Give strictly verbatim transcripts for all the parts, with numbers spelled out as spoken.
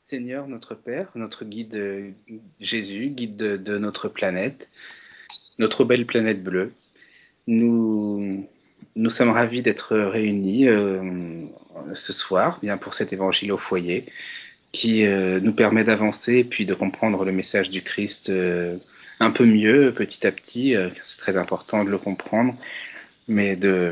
Seigneur, notre Père, notre guide euh, Jésus, guide de, de notre planète, notre belle planète bleue, nous, nous sommes ravis d'être réunis euh, ce soir, bien pour cet évangile au foyer, qui euh, nous permet d'avancer et puis de comprendre le message du Christ euh, un peu mieux, petit à petit. Euh, c'est très important de le comprendre, mais de,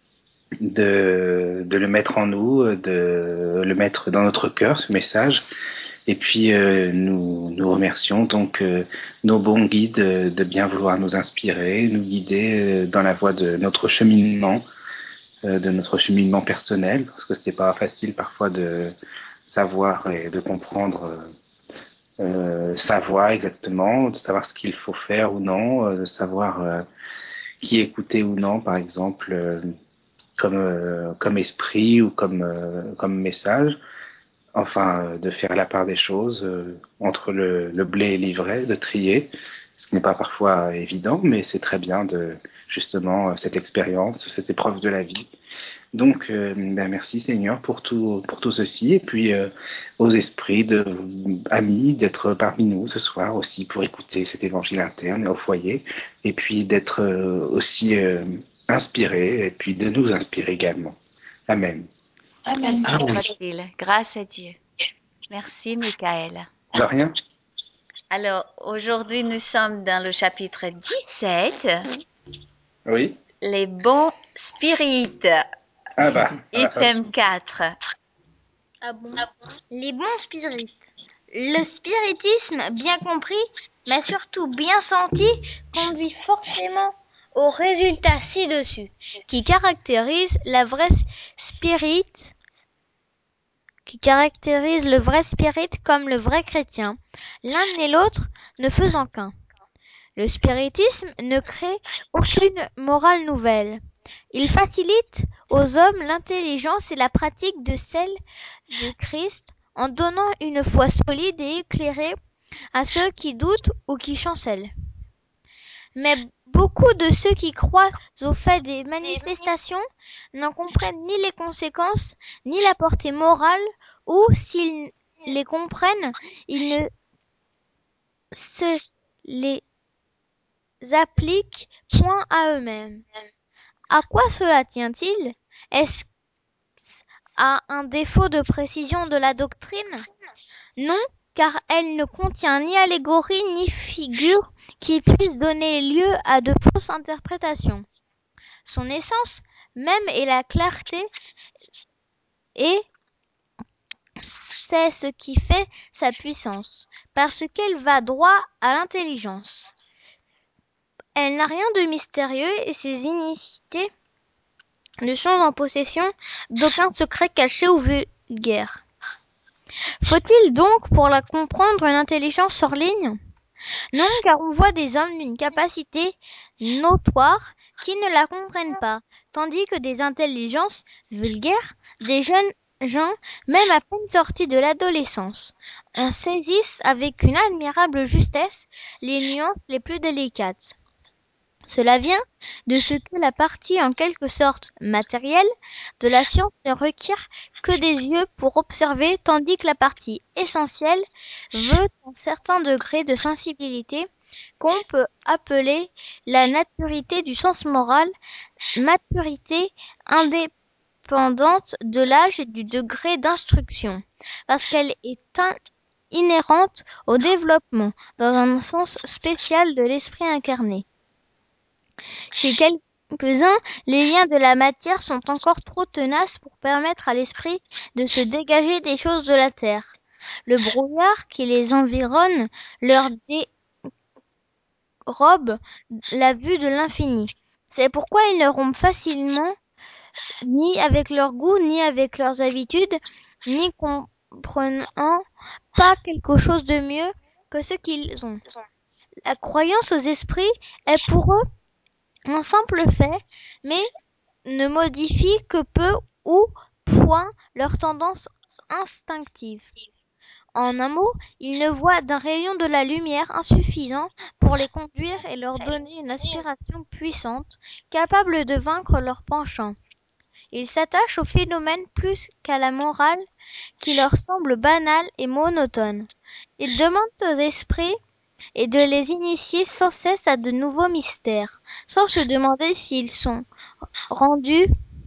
de, de le mettre en nous, de le mettre dans notre cœur, ce message. Et puis euh, nous, nous remercions donc euh, nos bons guides euh, de bien vouloir nous inspirer, nous guider euh, dans la voie de notre cheminement, euh, de notre cheminement personnel, parce que c'était pas facile parfois de savoir et de comprendre euh, sa voie exactement, de savoir ce qu'il faut faire ou non, euh, de savoir euh, qui écouter ou non, par exemple, euh, comme euh, comme esprit ou comme euh, comme message. Enfin, euh, de faire la part des choses euh, entre le, le blé et l'ivraie, de trier, ce qui n'est pas parfois évident, mais c'est très bien de justement euh, cette expérience, cette épreuve de la vie. Donc, euh, ben merci Seigneur pour tout, pour tout ceci, et puis euh, aux esprits de amis d'être parmi nous ce soir aussi pour écouter cet évangile interne au foyer, et puis d'être euh, aussi euh, inspirés, et puis de nous inspirer également. Amen. Ainsi Amen. soit-il. Grâce à Dieu. Merci, Michael. De rien? Alors, aujourd'hui, nous sommes dans le chapitre dix-sept, Oui? les bons spirites, Ah bah, voilà. item quatre. Ah bon? Les bons spirites. Le spiritisme, bien compris, mais surtout bien senti, conduit forcément au résultat ci-dessus, qui caractérise la vraie spirit, qui caractérise le vrai spirit comme le vrai chrétien, l'un et l'autre ne faisant qu'un. Le spiritisme ne crée aucune morale nouvelle. Il facilite aux hommes l'intelligence et la pratique de celle du Christ en donnant une foi solide et éclairée à ceux qui doutent ou qui chancellent. Mais beaucoup de ceux qui croient au fait des manifestations n'en comprennent ni les conséquences, ni la portée morale, ou s'ils les comprennent, ils ne se les appliquent point à eux-mêmes. À quoi cela tient-il? Est-ce à un défaut de précision de la doctrine? Non, car elle ne contient ni allégorie ni figure qui puisse donner lieu à de fausses interprétations. Son essence même est la clarté, et c'est ce qui fait sa puissance, parce qu'elle va droit à l'intelligence. Elle n'a rien de mystérieux et ses inicités ne sont en possession d'aucun secret caché ou vulgaire. Faut-il donc pour la comprendre une intelligence hors ligne? Non, car on voit des hommes d'une capacité notoire qui ne la comprennent pas, tandis que des intelligences vulgaires, des jeunes gens, même à peine sortis de l'adolescence, en saisissent avec une admirable justesse les nuances les plus délicates. Cela vient de ce que la partie en quelque sorte matérielle de la science ne requiert que des yeux pour observer, tandis que la partie essentielle veut un certain degré de sensibilité qu'on peut appeler la maturité du sens moral, maturité indépendante de l'âge et du degré d'instruction, parce qu'elle est in- inhérente au développement, dans un sens spécial de l'esprit incarné. Chez quelques-uns, les liens de la matière sont encore trop tenaces pour permettre à l'esprit de se dégager des choses de la terre. Le brouillard qui les environne leur dérobe la vue de l'infini. C'est pourquoi ils ne rompent facilement ni avec leur goût, ni avec leurs habitudes, ni comprenant pas quelque chose de mieux que ce qu'ils ont. La croyance aux esprits est pour eux un simple fait, mais ne modifie que peu ou point leurs tendances instinctives. En un mot, ils ne voient d'un rayon de la lumière insuffisant pour les conduire et leur donner une aspiration puissante, capable de vaincre leurs penchants. Ils s'attachent au phénomène plus qu'à la morale, qui leur semblent banales et monotones. Ils demandent aux esprits et de les initier sans cesse à de nouveaux mystères, sans se demander s'ils sont rendus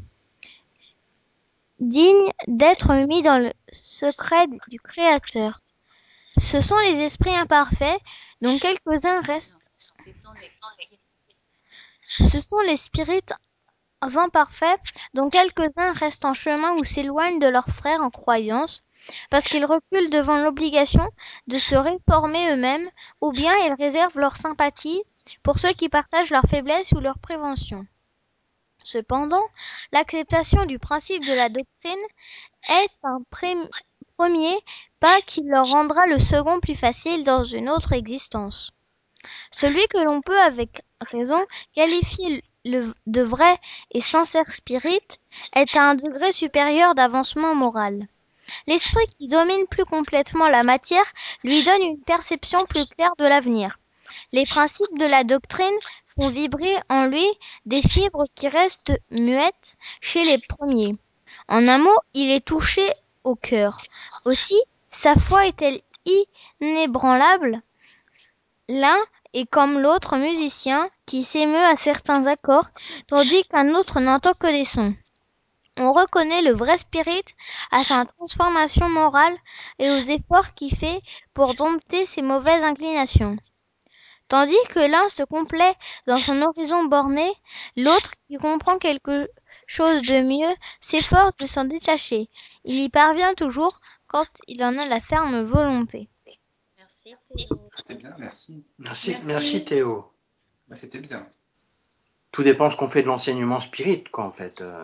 dignes d'être mis dans le secret du Créateur. Ce sont les esprits imparfaits, dont quelques-uns restent. Ce sont les esprits. Ce sont les spirites imparfaits, dont quelques-uns restent en chemin ou s'éloignent de leurs frères en croyance, parce qu'ils reculent devant l'obligation de se réformer eux-mêmes, ou bien ils réservent leur sympathie pour ceux qui partagent leurs faiblesses ou leurs préventions. Cependant, l'acceptation du principe de la doctrine est un pré- premier pas qui leur rendra le second plus facile dans une autre existence. Celui que l'on peut avec raison qualifier le, de vrai et sincère spirit est à un degré supérieur d'avancement moral. L'esprit qui domine plus complètement la matière lui donne une perception plus claire de l'avenir. Les principes de la doctrine font vibrer en lui des fibres qui restent muettes chez les premiers. En un mot, il est touché au cœur. Aussi, sa foi est-elle inébranlable? L'un est comme l'autre musicien qui s'émeut à certains accords, tandis qu'un autre n'entend que des sons. On reconnaît le vrai spirit à sa transformation morale et aux efforts qu'il fait pour dompter ses mauvaises inclinations. Tandis que l'un se complaît dans son horizon borné, l'autre, qui comprend quelque chose de mieux, s'efforce de s'en détacher. Il y parvient toujours quand il en a la ferme volonté. Merci Théo. C'est bien, merci. Merci, Merci. merci Théo. Bah, c'était bien. Tout dépend ce qu'on fait de l'enseignement spirit, quoi, en fait. Euh,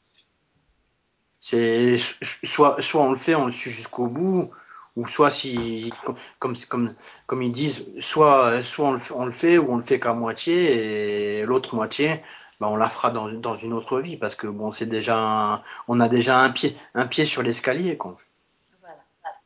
c'est soit, soit on le fait, on le suit jusqu'au bout, ou soit si, comme, comme, comme ils disent, soit, soit on le, fait- on le fait ou on le fait qu'à moitié, et l'autre moitié, bah, on la fera dans, dans une autre vie, parce que bon, c'est déjà, un- on a déjà un pied, un pied sur l'escalier, quoi. Voilà.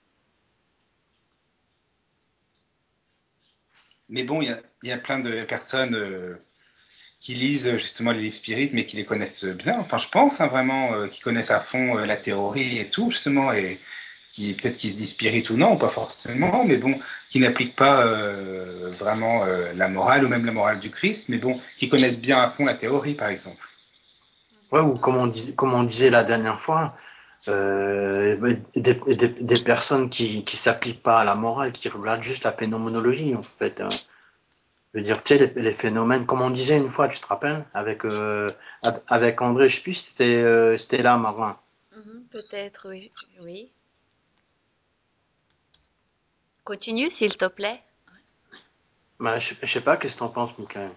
Mais bon, il y a, il y a plein de personnes euh, qui lisent euh, justement les livres spirites, mais qui les connaissent bien. Enfin, je pense hein, vraiment, euh, qui connaissent à fond euh, la théorie et tout, justement, et qui peut-être qu'ils se disent spirites ou non, pas forcément, mais bon, qui n'appliquent pas euh, vraiment euh, la morale ou même la morale du Christ, mais bon, qui connaissent bien à fond la théorie, par exemple. Ouais, ou comme on, dis, comme on disait la dernière fois, euh, des, des, des personnes qui qui s'appliquent pas à la morale, qui regardent juste la phénoménologie, en fait. Hein. Je veux dire, tu sais, les, les phénomènes, comme on disait une fois, tu te rappelles, avec, euh, avec André, je sais plus si c'était euh, c'était là, Marin. Mhm, peut-être, oui. Oui. Continue, s'il te plaît. Bah, je, je sais pas, qu'est-ce que t'en penses, Michael?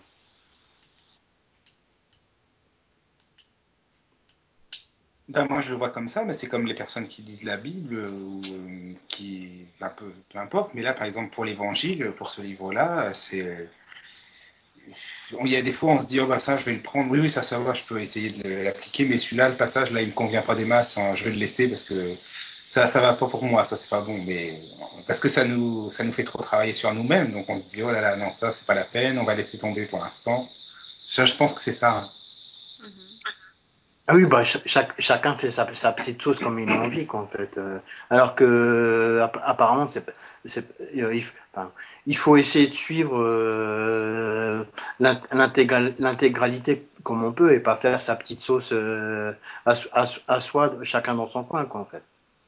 Ben, moi, je le vois comme ça, mais c'est comme les personnes qui lisent la Bible euh, ou euh, qui, un peu, peu importe. Mais là, par exemple, pour l'Évangile, pour ce livre-là, c'est, il y a des fois, on se dit, oh bah ça, je vais le prendre. Oui, oui, ça, ça va, je peux essayer de l'appliquer. Mais celui-là, le passage, là, il me convient pas des masses. Hein, je vais le laisser parce que ça, ça va pas pour moi. Ça, c'est pas bon. Mais parce que ça nous, ça nous fait trop travailler sur nous-mêmes. Donc, on se dit, oh là là, non, ça, c'est pas la peine. On va laisser tomber pour l'instant. Ça, je pense que c'est ça. Hein. Mhm. Ah oui, bah, ch- chaque, chacun fait sa, sa petite chose comme il a envie, quoi, en fait. Euh, alors que, app- apparemment, c'est, c'est, euh, il, f- enfin, il faut essayer de suivre euh, l'int- l'intégral- l'intégralité comme on peut et pas faire sa petite sauce euh, à, so- à, so- à soi, chacun dans son coin, quoi, en fait.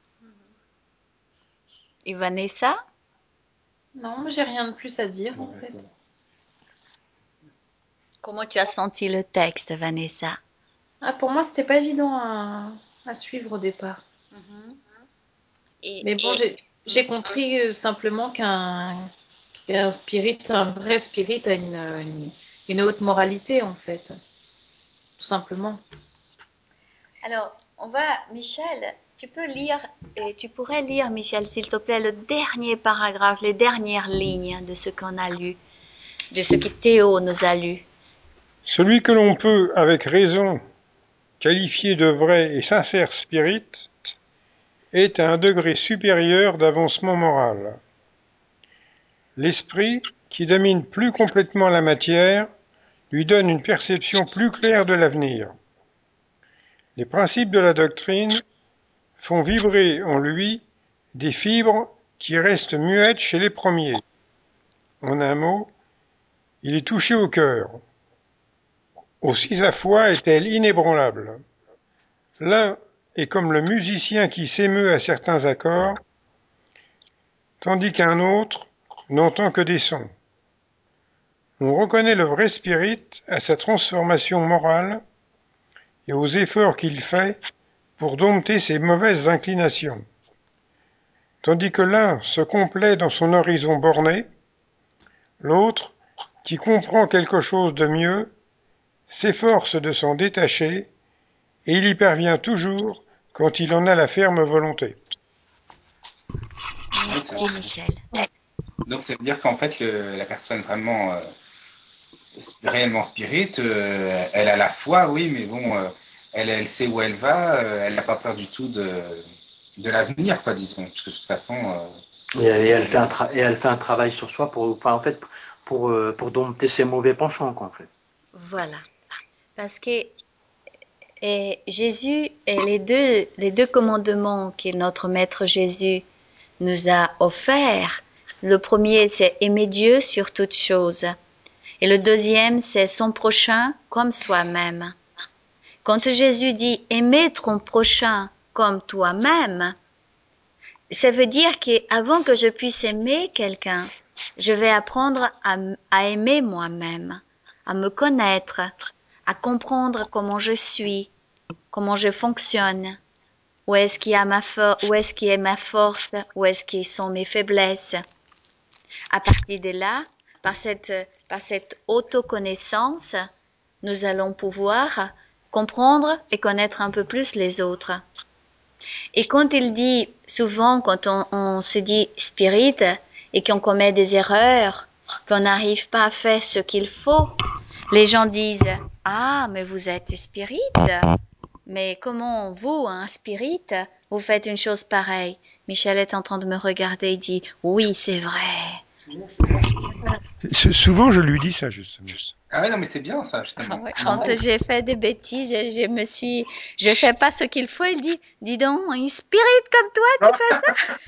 Et Vanessa? Non, moi j'ai rien de plus à dire en Bon, fait. d'accord. Comment tu as senti le texte, Vanessa? Ah, pour moi, c'était pas évident à, à suivre au départ. Mhm. Et, Mais bon, j'ai j'ai compris euh, simplement qu'un qu'un spirit, un vrai spirit, a une, une, une haute moralité en fait, tout simplement. alors, on va, Michel, tu peux lire, et tu pourrais lire, Michel, s'il te plaît, le dernier paragraphe, les dernières lignes de ce qu'on a lu, de ce que Théo nous a lu. Celui que l'on peut, avec raison, qualifier de vrai et sincère spirit est à un degré supérieur d'avancement moral. L'esprit, qui domine plus complètement la matière, lui donne une perception plus claire de l'avenir. Les principes de la doctrine font vibrer en lui des fibres qui restent muettes chez les premiers. En un mot, il est touché au cœur. Aussi sa foi est-elle inébranlable. L'un est comme le musicien qui s'émeut à certains accords, tandis qu'un autre n'entend que des sons. On reconnaît le vrai spirit à sa transformation morale et aux efforts qu'il fait pour dompter ses mauvaises inclinations. Tandis que l'un se complaît dans son horizon borné, l'autre, qui comprend quelque chose de mieux, s'efforce de s'en détacher, et il y parvient toujours quand il en a la ferme volonté. Ouais, c'est Merci, vrai. Michel. Donc ça veut dire qu'en fait, le- la personne vraiment euh, réellement spirit, euh, elle a la foi, oui, mais bon, euh, elle, elle sait où elle va, euh, elle n'a pas peur du tout de, de l'avenir, quoi, disons. Parce que de toute façon, euh, Et, et elle fait un tra- et elle fait un travail sur soi pour, enfin, en fait, pour, euh, pour dompter ses mauvais penchants, quoi, en fait. Voilà. Parce que et Jésus et les deux, les deux commandements que notre Maître Jésus nous a offerts, le premier c'est aimer Dieu sur toute chose. Et le deuxième c'est son prochain comme soi-même. Quand Jésus dit aimer ton prochain comme toi-même, ça veut dire qu'avant que je puisse aimer quelqu'un, je vais apprendre à, à aimer moi-même, à me connaître, à comprendre comment je suis, comment je fonctionne, où est-ce qu'il y a ma for- où est-ce qui est ma force, où est-ce qui sont mes faiblesses. À partir de là, par cette, par cette autoconnaissance, nous allons pouvoir comprendre et connaître un peu plus les autres. Et quand il dit, souvent quand on, on se dit spirit et qu'on commet des erreurs, qu'on n'arrive pas à faire ce qu'il faut, les gens disent, ah, mais vous êtes spirit, mais comment vous, un spirit, vous faites une chose pareille? Michel est en train de me regarder et dit, oui, c'est vrai. Souvent, je lui dis ça, justement. ah ouais, non, mais c'est bien ça, justement. C'est Quand marrant. j'ai fait des bêtises, je, je me suis, je fais pas ce qu'il faut. Il dit, dis donc, un spirit comme toi, tu fais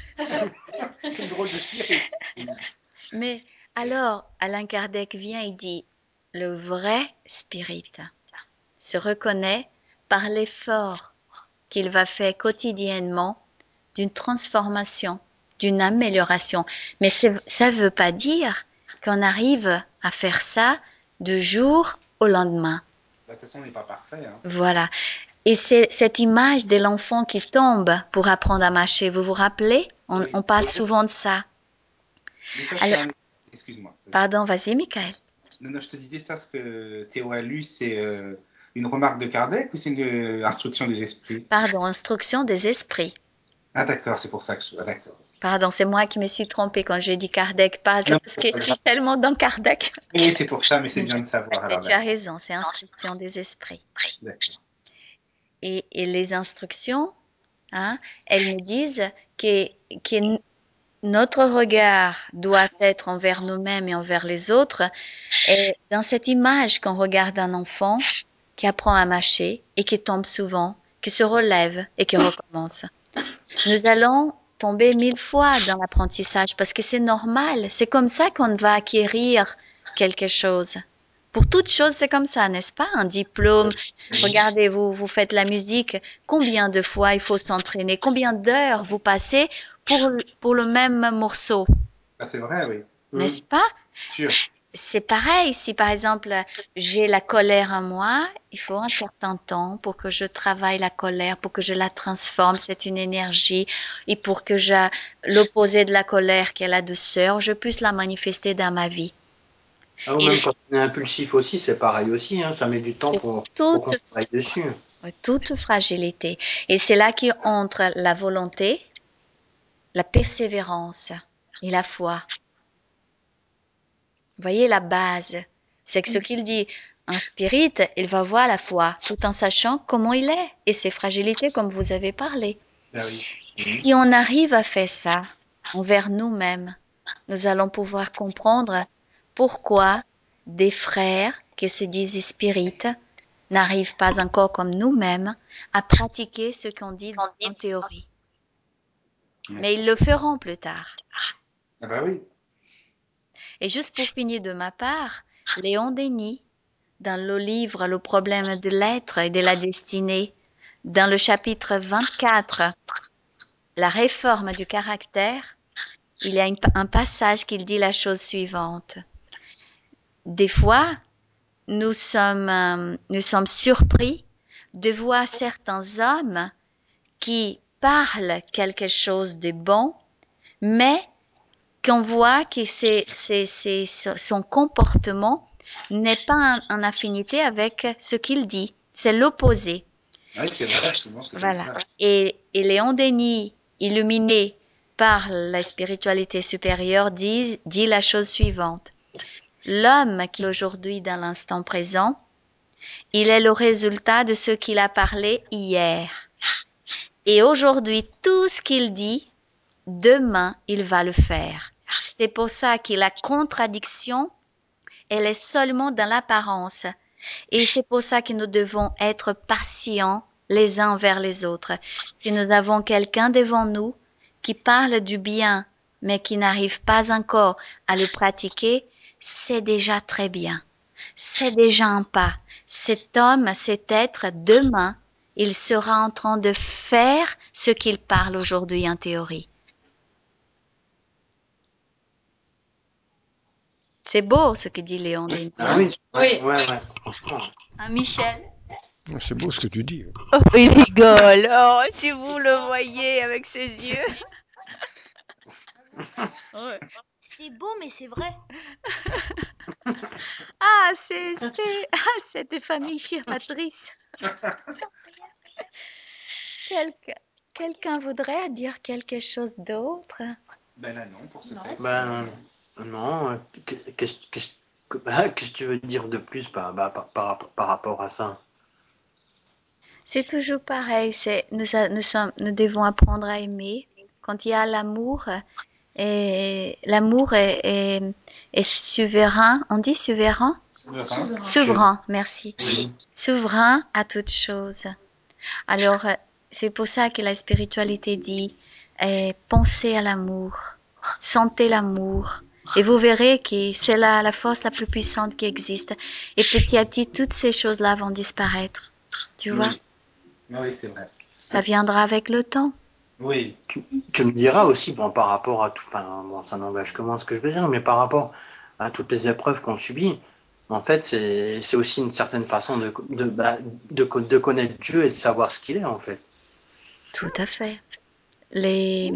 ça? Quel drôle de spirit. Mais alors, Alain Kardec vient et dit, le vrai spirit se reconnaît par l'effort qu'il va faire quotidiennement d'une transformation, d'une amélioration. Mais c'est- ça ne veut pas dire qu'on arrive à faire ça du jour au lendemain. Bah, de toute façon, on n'est pas parfait. Hein. Voilà. Et c'est cette image de l'enfant qui tombe pour apprendre à marcher. Vous vous rappelez? On, Oui. on parle souvent de ça. Mais ça, c'est Alors, un... Excuse-moi. pardon, vas-y, Michael. Non, non, je te disais ça, ce que Théo a lu, c'est euh, une remarque de Kardec ou c'est une euh, instruction des esprits? Pardon, instruction des esprits. Ah d'accord, c'est pour ça que je... Ah d'accord. Pardon, c'est moi qui me suis trompée quand j'ai dit Kardec, pas Non, parce que je suis tellement dans Kardec. oui, c'est pour ça, mais c'est bien de savoir. Mais Alors, tu as d'accord. raison, c'est instruction des esprits. D'accord. Et, et les instructions, hein, elles nous disent que, que notre regard doit être envers nous-mêmes et envers les autres. Et dans cette image qu'on regarde un enfant qui apprend à marcher et qui tombe souvent, qui se relève et qui recommence. Nous allons tomber mille fois dans l'apprentissage parce que c'est normal. C'est comme ça qu'on va acquérir quelque chose. Pour toute chose, c'est comme ça, n'est-ce pas? Un diplôme. Regardez, vous, vous faites la musique. Combien de fois il faut s'entraîner? Combien d'heures vous passez pour, pour le même morceau? Ah, c'est vrai, oui. N'est-ce pas? Sûr. C'est pareil, si par exemple j'ai la colère en moi, il faut un certain temps pour que je travaille la colère, pour que je la transforme, c'est une énergie, et pour que je, l'opposé de la colère qui est la douceur, je puisse la manifester dans ma vie. Ah, ou Et même quand on est impulsif aussi, c'est pareil aussi, hein, ça met du temps c'est pour, pour qu'on toute, travaille dessus. toute fragilité. Et c'est là qu'entre la volonté, la persévérance et la foi. Vous voyez la base, c'est que ce qu'il dit, un spirit, il va voir la foi, tout en sachant comment il est et ses fragilités, comme vous avez parlé. Ah oui. Si on arrive à faire ça envers nous-mêmes, nous allons pouvoir comprendre pourquoi des frères qui se disent spirites n'arrive pas encore comme nous-mêmes à pratiquer ce qu'on dit en théorie. Mais ils le feront plus tard. Ah bah oui. Et juste pour finir de ma part, Léon Denis, dans le livre Le problème de l'être et de la destinée, dans le chapitre vingt-quatre, la réforme du caractère, il y a une, un passage qui dit la chose suivante. Des fois, nous sommes, euh, nous sommes surpris de voir certains hommes qui parlent quelque chose de bon, mais qu'on voit que c'est, c'est, c'est, son comportement n'est pas en, en affinité avec ce qu'il dit. C'est l'opposé. Oui, c'est vrai, souvent c'est Voilà. comme ça. Et, et Léon Denis, illuminé par la spiritualité supérieure, dit, dit la chose suivante. L'homme qui est aujourd'hui dans l'instant présent, il est le résultat de ce qu'il a parlé hier. Et aujourd'hui, tout ce qu'il dit, demain, il va le faire. C'est pour ça que la contradiction, elle est seulement dans l'apparence. Et c'est pour ça que nous devons être patients les uns vers les autres. Si nous avons quelqu'un devant nous qui parle du bien, mais qui n'arrive pas encore à le pratiquer, c'est déjà très bien. C'est déjà un pas. Cet homme, cet être, demain, il sera en train de faire ce qu'il parle aujourd'hui en théorie. C'est beau ce que dit Léon Denis. Ah oui, Oui. ouais, ouais, franchement. Hein, Michel? C'est beau ce que tu dis. Oh, il rigole. Oh, si vous le voyez avec ses yeux. Ouais. C'est beau, mais c'est vrai. Ah, c'est, c'est, ah, c'est des familles chiratrices. Quelqu'un, quelqu'un voudrait dire quelque chose d'autre? Ben là non, pour ce Non. texte. Ben, non, euh, qu'est-ce qu'est-ce que bah, qu'est-ce que tu veux dire de plus par, bah, par, par, par rapport à ça? C'est toujours pareil. C'est, nous, a- nous sommes, nous devons apprendre à aimer. Quand il y a l'amour, et l'amour est, est, est souverain. On dit souverain? Souverain. Souverain, merci. Oui. Souverain à toute chose. Alors, euh, c'est pour ça que la spiritualité dit eh, pensez à l'amour, sentez l'amour, et vous verrez que c'est la, la force la plus puissante qui existe. Et petit à petit, toutes ces choses-là vont disparaître. Tu vois, Oui. Oui, c'est vrai. ça viendra avec le temps. Oui. Tu, tu me diras aussi, bon, par rapport à tout, enfin, bon, ça n'engage que moi ce que je veux dire, mais par rapport à toutes les épreuves qu'on subit, en fait, c'est c'est aussi une certaine façon de, de, bah, de, de connaître Dieu et de savoir ce qu'il est, en fait. Tout à fait. Les,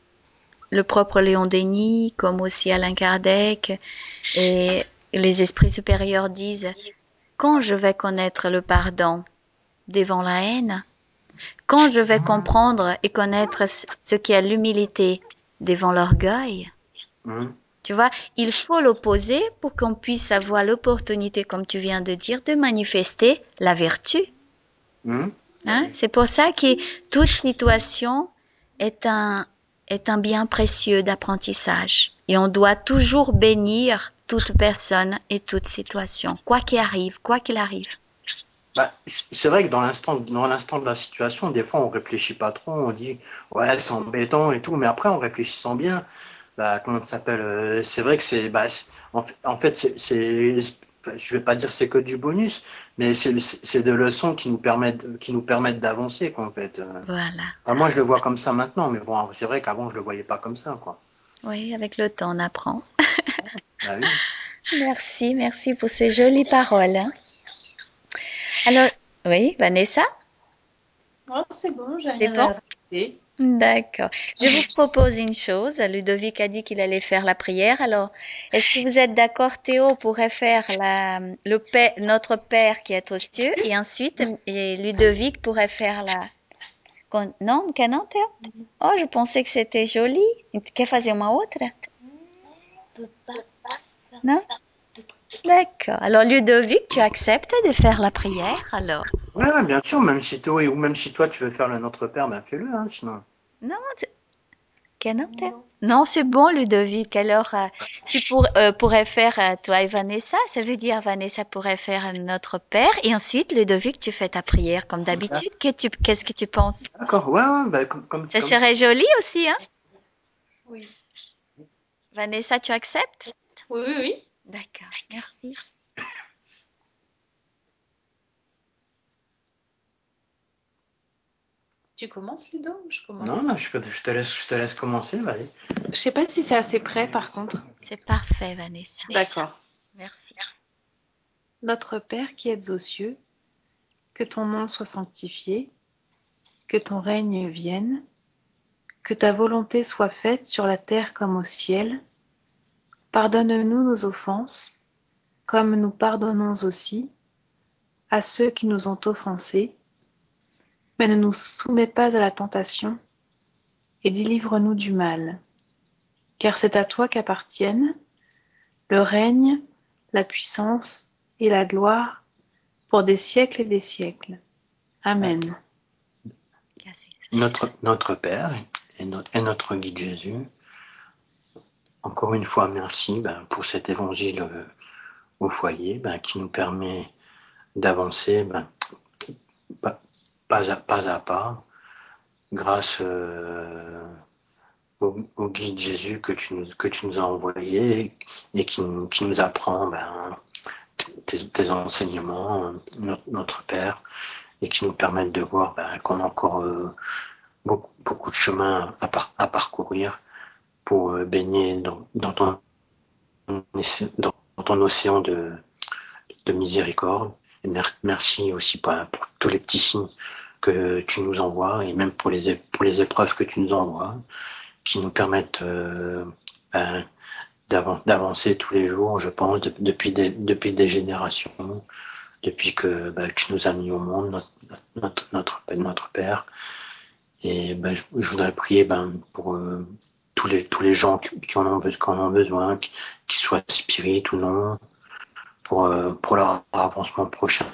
le propre Léon Denis, comme aussi Alain Kardec, et les esprits supérieurs disent, quand je vais connaître le pardon devant la haine, quand je vais comprendre et connaître ce qu'est l'humilité devant l'orgueil, Hum, tu vois, il faut l'opposer pour qu'on puisse avoir l'opportunité, comme tu viens de dire, de manifester la vertu. hum. Hein? C'est pour ça que toute situation est un, est un bien précieux d'apprentissage. Et on doit toujours bénir toute personne et toute situation, quoi qu'il arrive, quoi qu'il arrive. Bah, c'est vrai que dans l'instant, dans l'instant de la situation, des fois on réfléchit pas trop, on dit ouais c'est embêtant et tout, mais après en réfléchissant bien, bah comment ça s'appelle, euh, c'est vrai que c'est, bah c'est- en, fait en fait, c'est, c'est- enfin, je vais pas dire c'est que du bonus, mais c'est c'est des leçons qui nous permettent qui nous permettent d'avancer quoi en fait. Euh, Voilà. enfin, moi je le vois comme ça maintenant, mais bon c'est vrai qu'avant je le voyais pas comme ça quoi. Oui, avec le temps, on apprend. Bah oui. Merci, merci pour ces jolies paroles. Hein. Alors, oui, Vanessa, Oh, c'est bon, j'ai c'est rien bon? à rajouter. D'accord. Je vous propose une chose. Ludovic a dit qu'il allait faire la prière. Alors, est-ce que vous êtes d'accord, Théo pourrait faire la, le père, notre Père qui est aux cieux, et ensuite, et Ludovic pourrait faire la... con- Non, que não, Théo? Oh, je pensais que c'était joli. Quer fazer uma outra? Non? D'accord. Alors, Ludovic, tu acceptes de faire la prière, alors? Ouais, ouais, bien sûr, même si toi ou même si toi tu veux faire le Notre Père, bah fais-le hein, sinon. Non, Que non, t'es- Non, c'est bon, Ludovic. Alors, euh, tu pour- euh, pourrais faire, euh, toi et Vanessa, ça veut dire Vanessa pourrait faire Notre Père, et ensuite, Ludovic, tu fais ta prière comme d'habitude. Que tu- Qu'est-ce que tu penses? D'accord, ouais, ouais, bah, comme, comme, Ça comme- serait joli aussi, hein? Oui. Vanessa, tu acceptes? Oui, oui, oui. D'accord, merci. Tu commences, Ludo, ou je commence? Non, non, je, peux- je te laisse, je te laisse commencer, vas-y. Je sais pas si c'est assez près, par contre. C'est parfait, Vanessa. D'accord. Merci. Notre Père qui êtes aux cieux, que ton nom soit sanctifié, que ton règne vienne, que ta volonté soit faite sur la terre comme au ciel. Pardonne-nous nos offenses, comme nous pardonnons aussi à ceux qui nous ont offensés, mais ne nous soumets pas à la tentation, et délivre-nous du mal. Car c'est à toi qu'appartiennent le règne, la puissance et la gloire pour des siècles et des siècles. Amen. Merci. Notre, notre Père et notre, et notre guide Jésus, encore une fois, merci ben, pour cet évangile euh, au foyer ben, qui nous permet d'avancer ben, pas, pas, à, pas à pas grâce euh, au, au guide Jésus que tu nous, que tu nous as envoyé et qui, qui nous apprend ben, tes, tes enseignements, notre, notre Père, et qui nous permettent de voir ben, qu'on a encore euh, beaucoup, beaucoup de chemin à, par, à parcourir pour euh, baigner dans, dans, ton, dans, ton océan de, de miséricorde. Et merci aussi pour, pour tous les petits signes que tu nous envoies et même pour les, pour les épreuves que tu nous envoies qui nous permettent euh, ben, d'avancer tous les jours, je pense, de, depuis, des, depuis des générations, depuis que ben, tu nous as mis au monde, notre, notre, notre, notre Père. Et ben, je, je voudrais prier ben, pour euh, tous, les, tous les gens qui, qui, en, ont, qui en ont besoin, qu'ils qui soient spirites ou non, pour, euh, pour leur avancement prochain,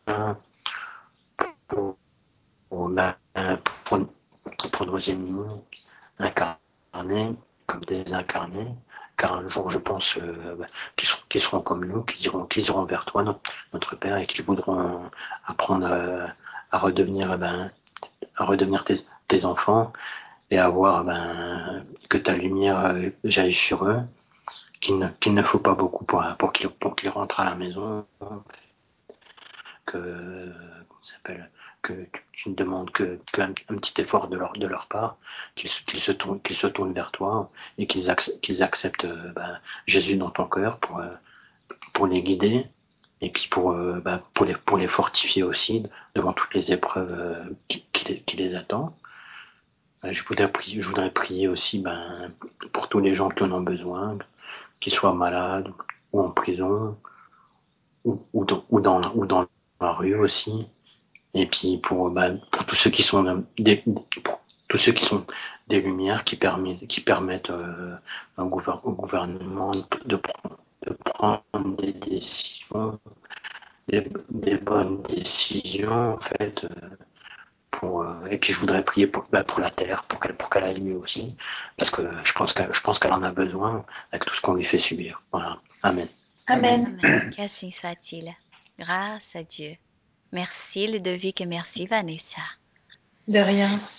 pour, pour, ben, pour, pour nos ennemis incarnés comme des incarnés, car un jour je pense euh, ben, qu'ils seront, qu'ils seront comme nous, qu'ils iront, qu'ils iront vers toi, notre, notre Père, et qu'ils voudront apprendre à, à redevenir, ben, à redevenir tes, tes enfants et à voir ben, que ta lumière euh, jaillit sur eux, qu'il ne, qu'il ne faut pas beaucoup pour, pour qu'ils pour qu'ils rentrent à la maison, que, comment ça s'appelle, que tu, tu ne demandes que, que un, un petit effort de leur, de leur part, qu'ils qu'ils se tournent, qu'ils se tournent vers toi et qu'ils acceptent, qu'ils acceptent euh, ben, Jésus dans ton cœur pour, euh, pour les guider et puis pour, euh, ben, pour, les, pour les fortifier aussi devant toutes les épreuves euh, qui, qui, les, qui les attendent. Je voudrais prier, je voudrais prier aussi ben, pour tous les gens qui en ont besoin, qu'ils soient malades ou en prison ou, ou, dans, ou, dans, ou dans la rue aussi. Et puis pour, ben, pour tous ceux qui sont des, pour tous ceux qui sont des lumières qui permettent, qui permettent euh, au, gouver- au gouvernement de prendre, de prendre des décisions, des, des bonnes décisions en fait. Euh, Pour, euh, et puis je voudrais prier pour, bah, pour la terre, pour qu'elle pour qu'elle aille mieux aussi, parce que je pense qu'elle je pense qu'elle en a besoin avec tout ce qu'on lui fait subir. Voilà. Amen. Amen. Amen. Qu'ainsi soit-il. Grâce à Dieu. Merci Ludovic et merci Vanessa. De rien.